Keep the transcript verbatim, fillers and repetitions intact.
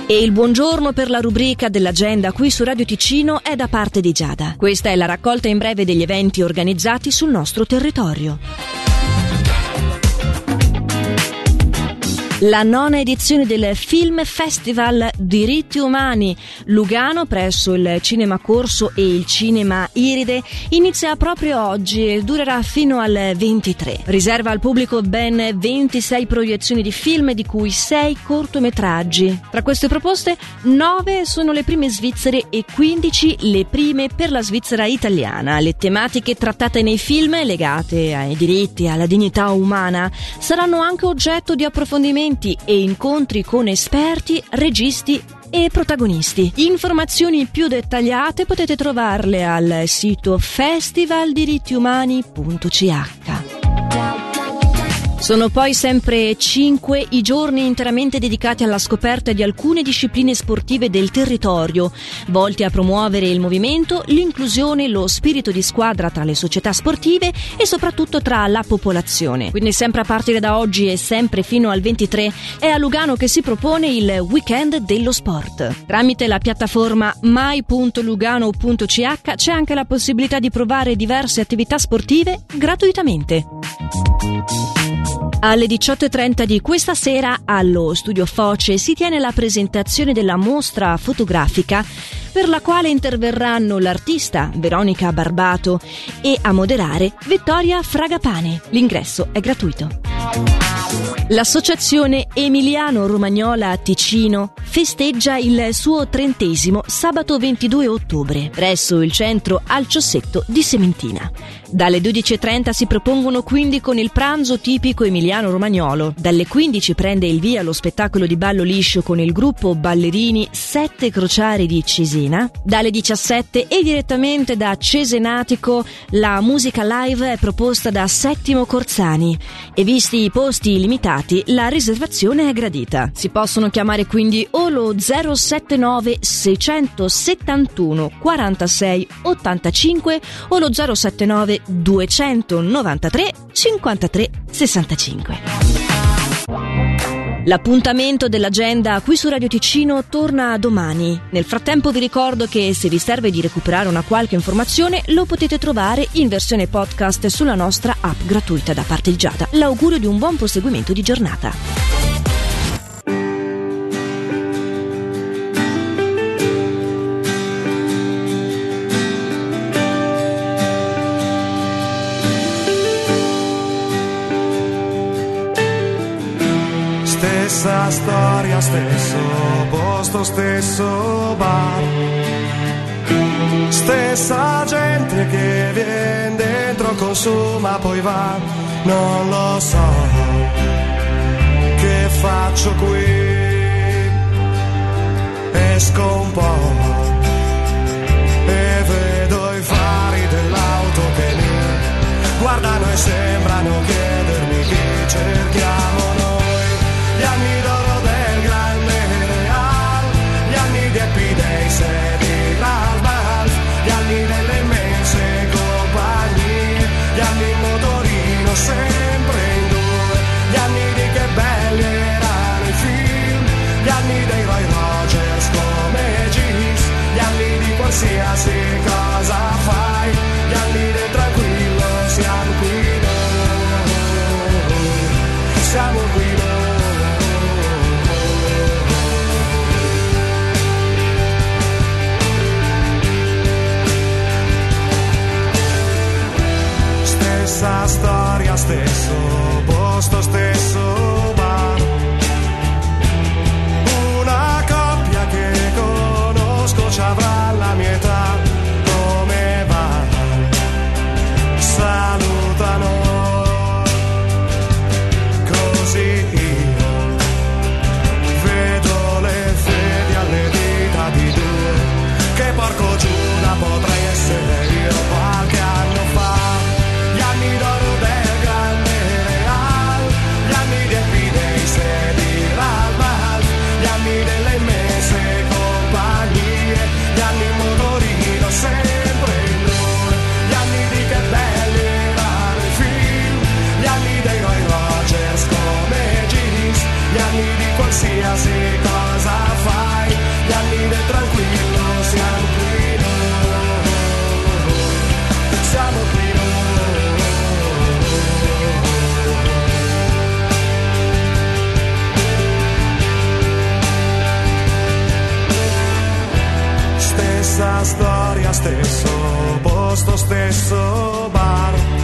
E il buongiorno per la rubrica dell'agenda qui su Radio Ticino è da parte di Giada. Questa è la raccolta in breve degli eventi organizzati sul nostro territorio. La nona edizione del Film Festival Diritti Umani Lugano presso il Cinema Corso e il Cinema Iride inizia proprio oggi e durerà fino al ventitré. Riserva al pubblico ben ventisei proiezioni di film, di cui sei cortometraggi. Tra queste proposte, nove sono le prime svizzere e quindici le prime per la Svizzera italiana. Le tematiche trattate nei film, legate ai diritti e alla dignità umana, saranno anche oggetto di approfondimenti e incontri con esperti, registi e protagonisti. Informazioni più dettagliate potete trovarle al sito festival diritti umani punto c h. Sono poi sempre cinque i giorni interamente dedicati alla scoperta di alcune discipline sportive del territorio, volti a promuovere il movimento, l'inclusione, lo spirito di squadra tra le società sportive e soprattutto tra la popolazione. Quindi sempre a partire da oggi e sempre fino al ventitré è a Lugano che si propone il Weekend dello Sport. Tramite la piattaforma mai punto lugano punto c h c'è anche la possibilità di provare diverse attività sportive gratuitamente. Alle diciotto e trenta di questa sera allo Studio Foce si tiene la presentazione della mostra fotografica per la quale interverranno l'artista Veronica Barbato e a moderare Vittoria Fragapane. L'ingresso è gratuito. L'associazione Emiliano Romagnola Ticino festeggia il suo trentesimo sabato ventidue ottobre presso il centro Alciossetto di Sementina. Dalle dodici e trenta si propongono quindi con il pranzo tipico emiliano romagnolo. Dalle quindici prende il via lo spettacolo di ballo liscio con il gruppo ballerini Sette Crociari di Cesena. Dalle diciassette e direttamente da Cesenatico la musica live è proposta da Settimo Corzani e visti i posti limitati la riservazione è gradita. Si possono chiamare quindi o lo zero sette nove sei settantuno quarantasei ottantacinque o lo zero sette nove duecentonovantatré cinquantatré sessantacinque. L'appuntamento dell'agenda qui su Radio Ticino torna domani. Nel frattempo vi ricordo che se vi serve di recuperare una qualche informazione lo potete trovare in versione podcast sulla nostra app gratuita da parte di Giada. L'augurio di un buon proseguimento di giornata. Stessa storia, stesso posto, stesso bar, stessa gente che viene dentro, consuma, poi va. Non lo so che faccio qui, esco un po' e vedo i fari dell'auto che mi guardano e sembrano chiedermi chi cerchiamo noi. Gli anni d'oro del grande Real, gli anni di Happy Days e di Ralph, gli anni delle immense compagnie, gli anni in motorino sempre in due, gli anni di che belli erano i film, gli anni dei Roy Rogers come Jeans, gli anni di qualsiasi cosa fai, gli anni del tranquillo, siamo qui noi, siamo qui noi. Stessa storia, stesso posto, stesso bar, una coppia che conosco ci avrà la mia età. stesso posto, stesso bar.